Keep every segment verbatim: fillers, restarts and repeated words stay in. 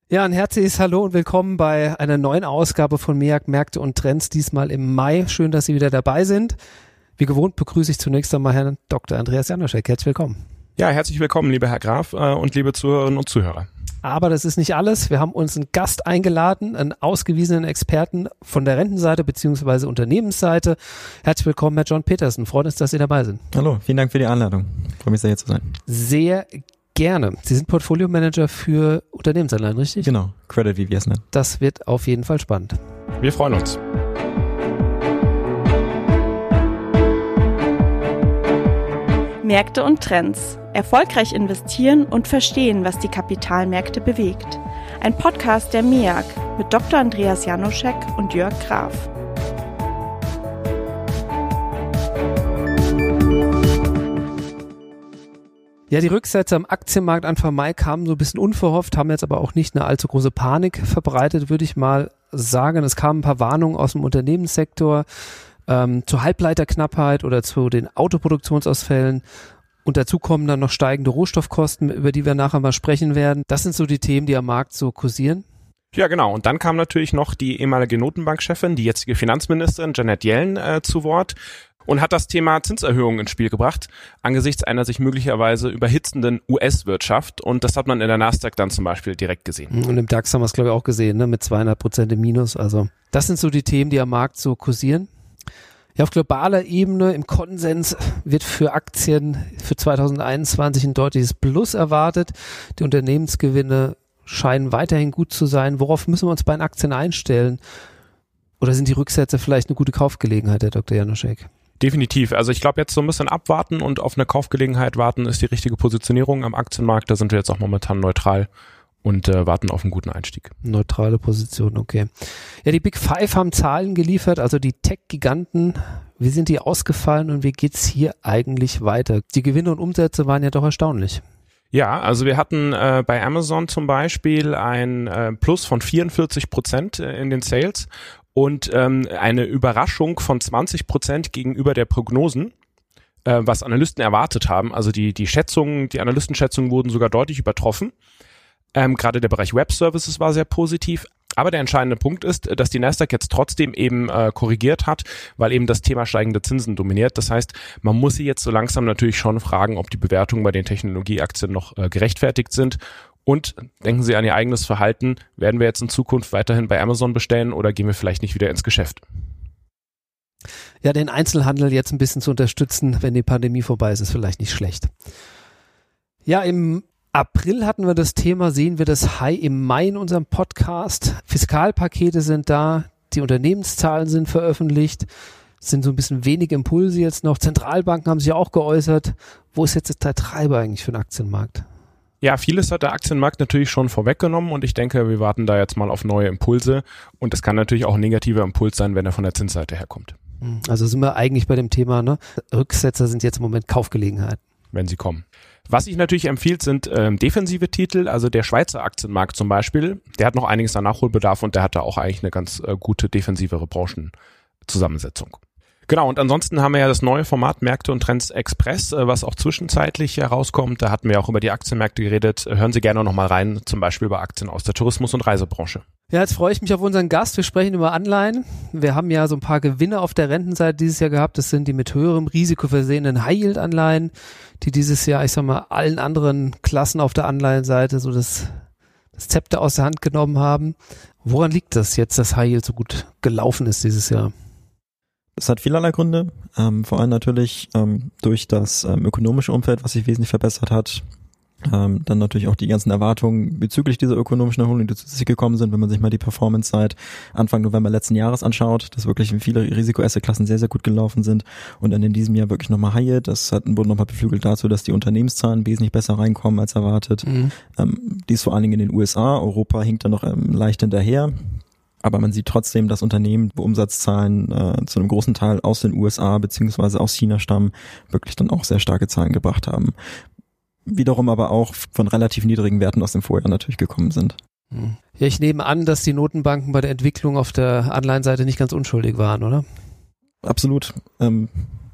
Ja, ein herzliches Hallo und willkommen bei einer neuen Ausgabe von MEAG Märkte und Trends, diesmal im Mai. Schön, dass Sie wieder dabei sind. Wie gewohnt begrüße ich zunächst einmal Herrn Doktor Andreas Janoschek. Herzlich willkommen. Ja, herzlich willkommen, lieber Herr Graf äh, und liebe Zuhörerinnen und Zuhörer. Aber das ist nicht alles. Wir haben uns einen Gast eingeladen, einen ausgewiesenen Experten von der Rentenseite bzw. Unternehmensseite. Herzlich willkommen, Herr John Petersen. Freut uns, dass Sie dabei sind. Hallo, vielen Dank für die Einladung. Freue mich sehr, hier zu sein. Sehr gerne. Sie sind Portfolio-Manager für Unternehmensanleihen, richtig? Genau, Credit, wie wir es nennen. Das wird auf jeden Fall spannend. Wir freuen uns. Märkte und Trends. Erfolgreich investieren und verstehen, was die Kapitalmärkte bewegt. Ein Podcast der MEAG mit Doktor Andreas Janoschek und Jörg Graf. Ja, die Rücksätze am Aktienmarkt Anfang Mai kamen so ein bisschen unverhofft, haben jetzt aber auch nicht eine allzu große Panik verbreitet, würde ich mal sagen. Es kamen ein paar Warnungen aus dem Unternehmenssektor ähm, zur Halbleiterknappheit oder zu den Autoproduktionsausfällen. Und dazu kommen dann noch steigende Rohstoffkosten, über die wir nachher mal sprechen werden. Das sind so die Themen, die am Markt so kursieren. Ja, genau. Und dann kam natürlich noch die ehemalige Notenbankchefin, die jetzige Finanzministerin Janet Yellen äh, zu Wort und hat das Thema Zinserhöhungen ins Spiel gebracht, angesichts einer sich möglicherweise überhitzenden U S-Wirtschaft. Und das hat man in der Nasdaq dann zum Beispiel direkt gesehen. Und im DAX haben wir es, glaube ich, auch gesehen, ne? Mit zweieinhalb Prozent im Minus. Also das sind so die Themen, die am Markt so kursieren. Ja, auf globaler Ebene im Konsens wird für Aktien für zwanzig einundzwanzig ein deutliches Plus erwartet. Die Unternehmensgewinne scheinen weiterhin gut zu sein. Worauf müssen wir uns bei den Aktien einstellen? Oder sind die Rücksätze vielleicht eine gute Kaufgelegenheit, Herr Doktor Janoschek? Definitiv. Also ich glaube, jetzt so ein bisschen abwarten und auf eine Kaufgelegenheit warten ist die richtige Positionierung am Aktienmarkt. Da sind wir jetzt auch momentan neutral und äh, warten auf einen guten Einstieg. Neutrale Position, okay. Ja, die Big Five haben Zahlen geliefert, also die Tech-Giganten. Wie sind die ausgefallen und wie geht's hier eigentlich weiter? Die Gewinne und Umsätze waren ja doch erstaunlich. Ja, also wir hatten äh, bei Amazon zum Beispiel ein äh, Plus von vierundvierzig Prozent in den Sales und ähm, eine Überraschung von zwanzig Prozent gegenüber der Prognosen, äh, was Analysten erwartet haben. Also die die Schätzungen, die Analystenschätzungen wurden sogar deutlich übertroffen. Ähm, gerade der Bereich Web Services war sehr positiv. Aber der entscheidende Punkt ist, dass die Nasdaq jetzt trotzdem eben äh, korrigiert hat, weil eben das Thema steigende Zinsen dominiert. Das heißt, man muss sich jetzt so langsam natürlich schon fragen, ob die Bewertungen bei den Technologieaktien noch äh, gerechtfertigt sind. Und denken Sie an Ihr eigenes Verhalten. Werden wir jetzt in Zukunft weiterhin bei Amazon bestellen oder gehen wir vielleicht nicht wieder ins Geschäft? Ja, den Einzelhandel jetzt ein bisschen zu unterstützen, wenn die Pandemie vorbei ist, ist vielleicht nicht schlecht. Ja, im April hatten wir das Thema, sehen wir das High im Mai in unserem Podcast. Fiskalpakete sind da, die Unternehmenszahlen sind veröffentlicht, sind so ein bisschen wenig Impulse jetzt noch. Zentralbanken haben sich auch geäußert. Wo ist jetzt der Treiber eigentlich für den Aktienmarkt? Ja, vieles hat der Aktienmarkt natürlich schon vorweggenommen und ich denke, wir warten da jetzt mal auf neue Impulse und es kann natürlich auch ein negativer Impuls sein, wenn er von der Zinsseite herkommt. Also sind wir eigentlich bei dem Thema, ne? Rücksetzer sind jetzt im Moment Kaufgelegenheiten. Wenn sie kommen. Was sich natürlich empfiehlt, sind ähm, defensive Titel, also der Schweizer Aktienmarkt zum Beispiel, der hat noch einiges an Nachholbedarf und der hat da auch eigentlich eine ganz äh, gute defensivere Branchenzusammensetzung. Genau, und ansonsten haben wir ja das neue Format Märkte und Trends Express, äh, was auch zwischenzeitlich herauskommt. Da hatten wir auch über die Aktienmärkte geredet. Hören Sie gerne noch mal rein, zum Beispiel bei Aktien aus der Tourismus- und Reisebranche. Ja, jetzt freue ich mich auf unseren Gast. Wir sprechen über Anleihen. Wir haben ja so ein paar Gewinne auf der Rentenseite dieses Jahr gehabt. Das sind die mit höherem Risiko versehenen High-Yield-Anleihen, die dieses Jahr, ich sag mal, allen anderen Klassen auf der Anleihenseite so das, das Zepter aus der Hand genommen haben. Woran liegt das jetzt, dass High-Yield so gut gelaufen ist dieses Jahr? Das hat vielerlei Gründe. Ähm, vor allem natürlich ähm, durch das ähm, ökonomische Umfeld, was sich wesentlich verbessert hat. Ähm, dann natürlich auch die ganzen Erwartungen bezüglich dieser ökonomischen Erholung, die zu sich gekommen sind, wenn man sich mal die Performance seit Anfang November letzten Jahres anschaut, dass wirklich viele Risiko-Asset-Klassen sehr, sehr gut gelaufen sind und dann in diesem Jahr wirklich nochmal High Yield. Das hat, wurde nochmal beflügelt dazu, dass die Unternehmenszahlen wesentlich besser reinkommen als erwartet. Mhm. Ähm, dies vor allen Dingen in den U S A. Europa hinkt da noch ähm, leicht hinterher. Aber man sieht trotzdem, dass Unternehmen, wo Umsatzzahlen äh, zu einem großen Teil aus den U S A beziehungsweise aus China stammen, wirklich dann auch sehr starke Zahlen gebracht haben. Wiederum aber auch von relativ niedrigen Werten aus dem Vorjahr natürlich gekommen sind. Ja, ich nehme an, dass die Notenbanken bei der Entwicklung auf der Anleihenseite nicht ganz unschuldig waren, oder? Absolut. Ähm,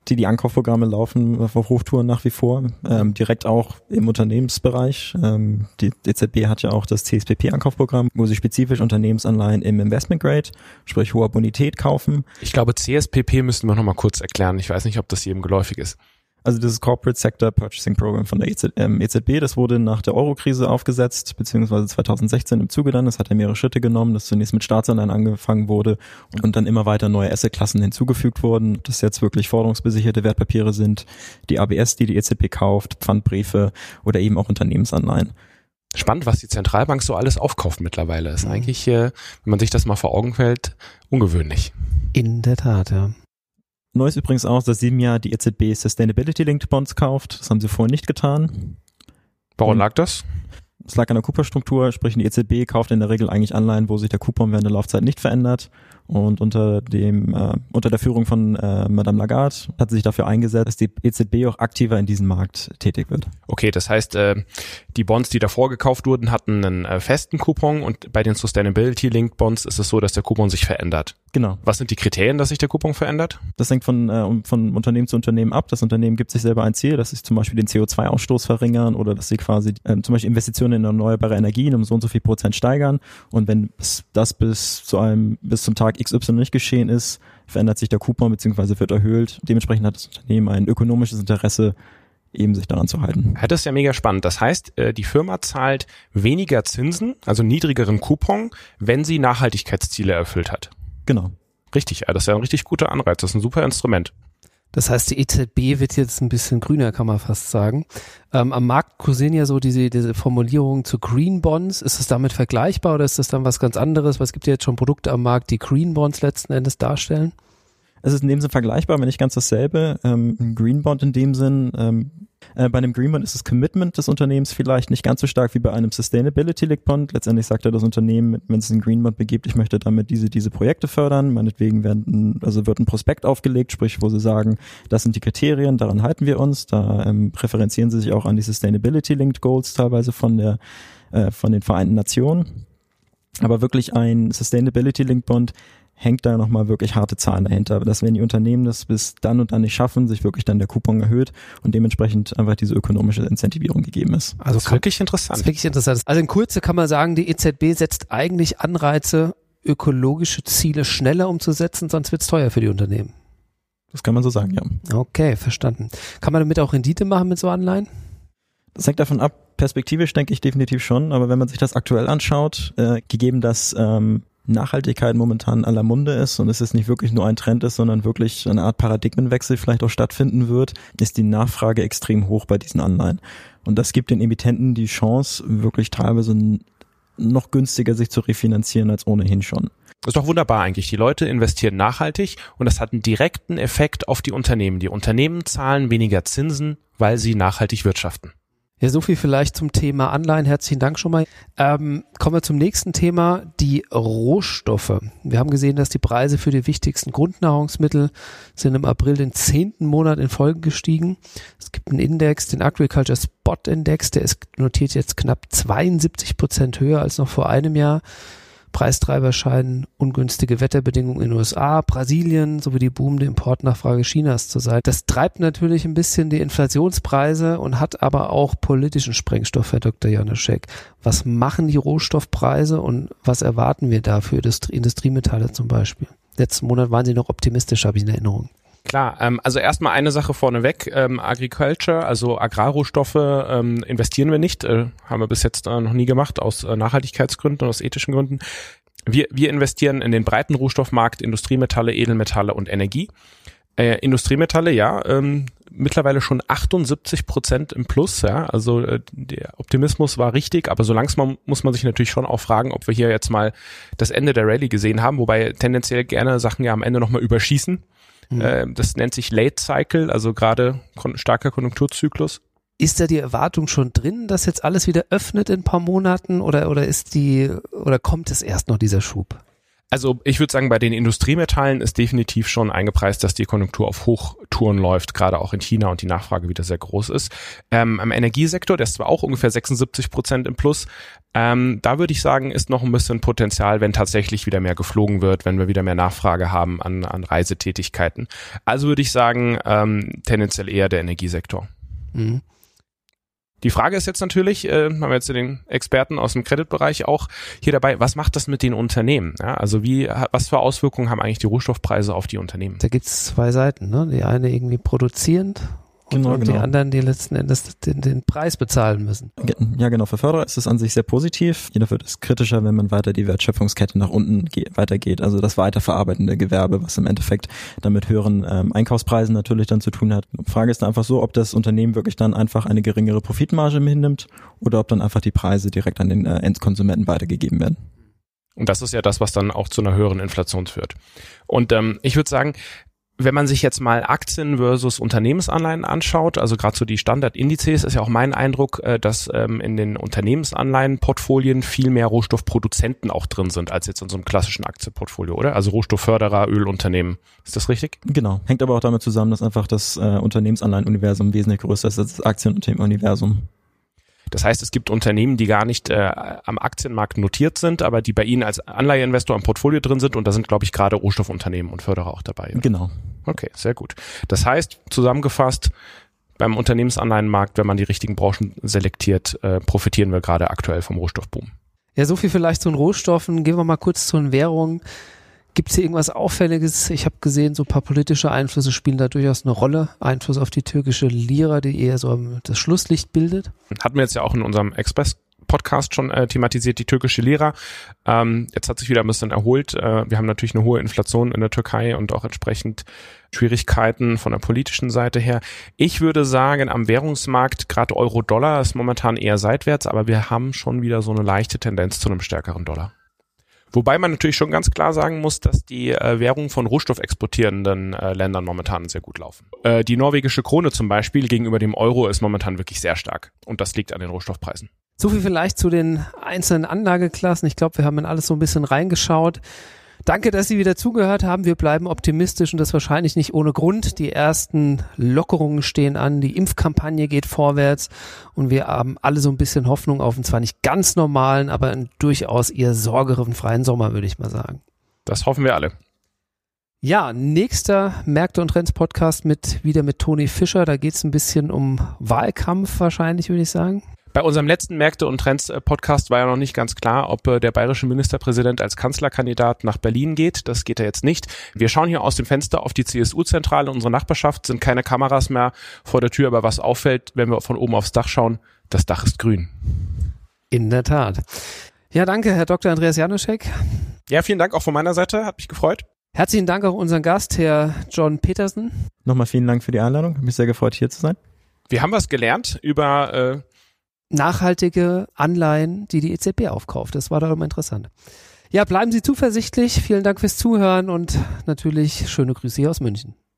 die die Ankaufprogramme laufen auf Hochtouren nach wie vor, ähm, direkt auch im Unternehmensbereich. Ähm, die E Z B hat ja auch das C S P P-Ankaufprogramm, wo sie spezifisch Unternehmensanleihen im Investment Grade, sprich hoher Bonität, kaufen. Ich glaube, C S P P müssten wir noch mal kurz erklären. Ich weiß nicht, ob das jedem geläufig ist. Also das Corporate Sector Purchasing Program von der E Z, ähm, E Z B, das wurde nach der Euro-Krise aufgesetzt, beziehungsweise zwanzig sechzehn im Zuge dann. Das hat ja mehrere Schritte genommen, dass zunächst mit Staatsanleihen angefangen wurde und dann immer weiter neue Assetklassen hinzugefügt wurden. Das jetzt wirklich forderungsbesicherte Wertpapiere sind, die A B S, die die E Z B kauft, Pfandbriefe oder eben auch Unternehmensanleihen. Spannend, was die Zentralbank so alles aufkauft mittlerweile. Ist eigentlich, äh, wenn man sich das mal vor Augen hält, ungewöhnlich. In der Tat, ja. Neu ist übrigens auch, dass sieben Jahr die E Z B Sustainability-Linked Bonds kauft. Das haben sie vorher nicht getan. Warum lag das? Es lag an der Coupon-Struktur, sprich die E Z B kauft in der Regel eigentlich Anleihen, wo sich der Coupon während der Laufzeit nicht verändert. Und unter dem äh, unter der Führung von äh, Madame Lagarde hat sie sich dafür eingesetzt, dass die E Z B auch aktiver in diesem Markt tätig wird. Okay, das heißt, äh, die Bonds, die davor gekauft wurden, hatten einen äh, festen Coupon und bei den Sustainability-Linked Bonds ist es so, dass der Coupon sich verändert. Genau. Was sind die Kriterien, dass sich der Coupon verändert? Das hängt von, äh, von Unternehmen zu Unternehmen ab. Das Unternehmen gibt sich selber ein Ziel, dass sie zum Beispiel den C O zwei Ausstoß verringern oder dass sie quasi äh, zum Beispiel Investitionen in erneuerbare Energien um so und so viel Prozent steigern. Und wenn das bis zu einem bis zum Tag X Y nicht geschehen ist, verändert sich der Coupon bzw. wird erhöht. Dementsprechend hat das Unternehmen ein ökonomisches Interesse, eben sich daran zu halten. Ja, das ist ja mega spannend. Das heißt, die Firma zahlt weniger Zinsen, also niedrigeren Coupon, wenn sie Nachhaltigkeitsziele erfüllt hat. Genau. Richtig, ja, das ist ja ein richtig guter Anreiz. Das ist ein super Instrument. Das heißt, die E Z B wird jetzt ein bisschen grüner, kann man fast sagen. Ähm, am Markt kursieren ja so diese, diese Formulierungen zu Green Bonds. Ist es damit vergleichbar oder ist das dann was ganz anderes? Weil es gibt ja jetzt schon Produkte am Markt, die Green Bonds letzten Endes darstellen. Es ist in dem Sinn vergleichbar, aber nicht ganz dasselbe. Ähm, ein Green Bond in dem Sinn, ähm, äh, bei einem Green Bond ist das Commitment des Unternehmens vielleicht nicht ganz so stark wie bei einem Sustainability-Linked Bond. Letztendlich sagt ja das Unternehmen, wenn es einen Green Bond begibt, ich möchte damit diese diese Projekte fördern. Meinetwegen werden, also wird ein Prospekt aufgelegt, sprich, wo sie sagen, das sind die Kriterien, daran halten wir uns. Da ähm, präferenzieren sie sich auch an die Sustainability-Linked Goals teilweise von der äh, von den Vereinten Nationen. Aber wirklich ein Sustainability-Linked Bond hängt da nochmal wirklich harte Zahlen dahinter. Dass wenn die Unternehmen das bis dann und dann nicht schaffen, sich wirklich dann der Coupon erhöht und dementsprechend einfach diese ökonomische Incentivierung gegeben ist. Also das ist wirklich interessant. Das ist wirklich interessant. Also in Kurze kann man sagen, die E Z B setzt eigentlich Anreize, ökologische Ziele schneller umzusetzen, sonst wird es teuer für die Unternehmen. Das kann man so sagen, ja. Okay, verstanden. Kann man damit auch Rendite machen mit so Anleihen? Das hängt davon ab. Perspektivisch denke ich definitiv schon, aber wenn man sich das aktuell anschaut, äh, gegeben, dass ähm, Nachhaltigkeit momentan in aller Munde ist und es jetzt nicht wirklich nur ein Trend ist, sondern wirklich eine Art Paradigmenwechsel vielleicht auch stattfinden wird, ist die Nachfrage extrem hoch bei diesen Anleihen. Und das gibt den Emittenten die Chance, wirklich teilweise noch günstiger sich zu refinanzieren als ohnehin schon. Das ist doch wunderbar eigentlich. Die Leute investieren nachhaltig und das hat einen direkten Effekt auf die Unternehmen. Die Unternehmen zahlen weniger Zinsen, weil sie nachhaltig wirtschaften. Ja, so viel vielleicht zum Thema Anleihen. Herzlichen Dank schon mal. Ähm, kommen wir zum nächsten Thema, die Rohstoffe. Wir haben gesehen, dass die Preise für die wichtigsten Grundnahrungsmittel sind im April den zehnten Monat in Folge gestiegen. Es gibt einen Index, den Agriculture Spot Index, der ist notiert jetzt knapp zweiundsiebzig Prozent höher als noch vor einem Jahr. Preistreiber scheinen ungünstige Wetterbedingungen in den U S A, Brasilien sowie die boomende Importnachfrage Chinas zu sein. Das treibt natürlich ein bisschen die Inflationspreise und hat aber auch politischen Sprengstoff, Herr Doktor Januschek. Was machen die Rohstoffpreise und was erwarten wir da für Industriemetalle zum Beispiel? Letzten Monat waren Sie noch optimistisch, habe ich in Erinnerung. Klar, ähm, also erstmal eine Sache vorneweg, ähm, Agriculture, also Agrarrohstoffe ähm, investieren wir nicht, äh, haben wir bis jetzt äh, noch nie gemacht, aus äh, Nachhaltigkeitsgründen und aus ethischen Gründen. Wir, wir investieren in den breiten Rohstoffmarkt, Industriemetalle, Edelmetalle und Energie. Äh, Industriemetalle, ja, ähm, mittlerweile schon achtundsiebzig Prozent im Plus, ja, also äh, der Optimismus war richtig, aber so langsam muss man sich natürlich schon auch fragen, ob wir hier jetzt mal das Ende der Rallye gesehen haben, wobei tendenziell gerne Sachen ja am Ende nochmal überschießen. Mhm. Das nennt sich Late Cycle, also gerade kon- starker Konjunkturzyklus. Ist da die Erwartung schon drin, dass jetzt alles wieder öffnet in ein paar Monaten oder oder ist die oder kommt es erst noch dieser Schub? Also ich würde sagen, bei den Industriemetallen ist definitiv schon eingepreist, dass die Konjunktur auf Hochtouren läuft, gerade auch in China und die Nachfrage wieder sehr groß ist. Ähm, am Energiesektor, der ist zwar auch ungefähr sechsundsiebzig Prozent im Plus, ähm, da würde ich sagen, ist noch ein bisschen Potenzial, wenn tatsächlich wieder mehr geflogen wird, wenn wir wieder mehr Nachfrage haben an, an Reisetätigkeiten. Also würde ich sagen, ähm, tendenziell eher der Energiesektor. Mhm. Die Frage ist jetzt natürlich, äh, haben wir jetzt den Experten aus dem Kreditbereich auch hier dabei, was macht das mit den Unternehmen? Ja, also wie, was für Auswirkungen haben eigentlich die Rohstoffpreise auf die Unternehmen? Da gibt's zwei Seiten, ne? Die eine irgendwie produzierend und, genau, und genau. Die anderen, die letzten Endes den, den Preis bezahlen müssen. Ja, genau. Für Förderer ist es an sich sehr positiv. Jeder wird es kritischer, wenn man weiter die Wertschöpfungskette nach unten ge- weitergeht. Also das weiterverarbeitende Gewerbe, was im Endeffekt dann mit höheren ähm, Einkaufspreisen natürlich dann zu tun hat. Die Frage ist dann einfach so, ob das Unternehmen wirklich dann einfach eine geringere Profitmarge hinnimmt oder ob dann einfach die Preise direkt an den äh, Endkonsumenten weitergegeben werden. Und das ist ja das, was dann auch zu einer höheren Inflation führt. Und ähm, ich würde sagen, wenn man sich jetzt mal Aktien versus Unternehmensanleihen anschaut, also gerade so die Standardindizes, ist ja auch mein Eindruck, dass ähm, in den Unternehmensanleihenportfolien viel mehr Rohstoffproduzenten auch drin sind, als jetzt in so einem klassischen Aktienportfolio, oder? Also Rohstoffförderer, Ölunternehmen. Ist das richtig? Genau. Hängt aber auch damit zusammen, dass einfach das äh, Unternehmensanleihenuniversum wesentlich größer ist als das Aktienuniversum. Das heißt, es gibt Unternehmen, die gar nicht äh, am Aktienmarkt notiert sind, aber die bei Ihnen als Anleiheinvestor im Portfolio drin sind und da sind, glaube ich, gerade Rohstoffunternehmen und Förderer auch dabei. Oder? Genau. Okay, sehr gut. Das heißt, zusammengefasst, beim Unternehmensanleihenmarkt, wenn man die richtigen Branchen selektiert, äh, profitieren wir gerade aktuell vom Rohstoffboom. Ja, so viel vielleicht zu den Rohstoffen. Gehen wir mal kurz zu den Währungen. Gibt es hier irgendwas Auffälliges? Ich habe gesehen, so ein paar politische Einflüsse spielen da durchaus eine Rolle. Einfluss auf die türkische Lira, die eher so das Schlusslicht bildet. Hatten wir jetzt ja auch in unserem Express-Podcast schon äh, thematisiert, die türkische Lira. Ähm, jetzt hat sich wieder ein bisschen erholt. Äh, wir haben natürlich eine hohe Inflation in der Türkei und auch entsprechend Schwierigkeiten von der politischen Seite her. Ich würde sagen, am Währungsmarkt, gerade Euro-Dollar ist momentan eher seitwärts, aber wir haben schon wieder so eine leichte Tendenz zu einem stärkeren Dollar. Wobei man natürlich schon ganz klar sagen muss, dass die äh, Währungen von rohstoffexportierenden äh, Ländern momentan sehr gut laufen. Äh, die norwegische Krone zum Beispiel gegenüber dem Euro ist momentan wirklich sehr stark. Und das liegt an den Rohstoffpreisen. So viel vielleicht zu den einzelnen Anlageklassen. Ich glaube, wir haben in alles so ein bisschen reingeschaut. Danke, dass Sie wieder zugehört haben. Wir bleiben optimistisch und das wahrscheinlich nicht ohne Grund. Die ersten Lockerungen stehen an, die Impfkampagne geht vorwärts und wir haben alle so ein bisschen Hoffnung auf einen zwar nicht ganz normalen, aber einen durchaus eher sorgenfreien Sommer, würde ich mal sagen. Das hoffen wir alle. Ja, nächster Märkte und Trends Podcast mit wieder mit Toni Fischer. Da geht es ein bisschen um Wahlkampf wahrscheinlich, würde ich sagen. Bei unserem letzten Märkte und Trends Podcast war ja noch nicht ganz klar, ob der bayerische Ministerpräsident als Kanzlerkandidat nach Berlin geht. Das geht ja jetzt nicht. Wir schauen hier aus dem Fenster auf die C S U-Zentrale unserer Nachbarschaft, sind keine Kameras mehr vor der Tür, aber was auffällt, wenn wir von oben aufs Dach schauen, das Dach ist grün. In der Tat. Ja, danke, Herr Doktor Andreas Januschek. Ja, vielen Dank auch von meiner Seite, hat mich gefreut. Herzlichen Dank auch unseren Gast, Herr John Petersen. Nochmal vielen Dank für die Einladung, hat mich sehr gefreut, hier zu sein. Wir haben was gelernt über äh, nachhaltige Anleihen, die die E Z B aufkauft. Das war doch immer interessant. Ja, bleiben Sie zuversichtlich. Vielen Dank fürs Zuhören und natürlich schöne Grüße hier aus München.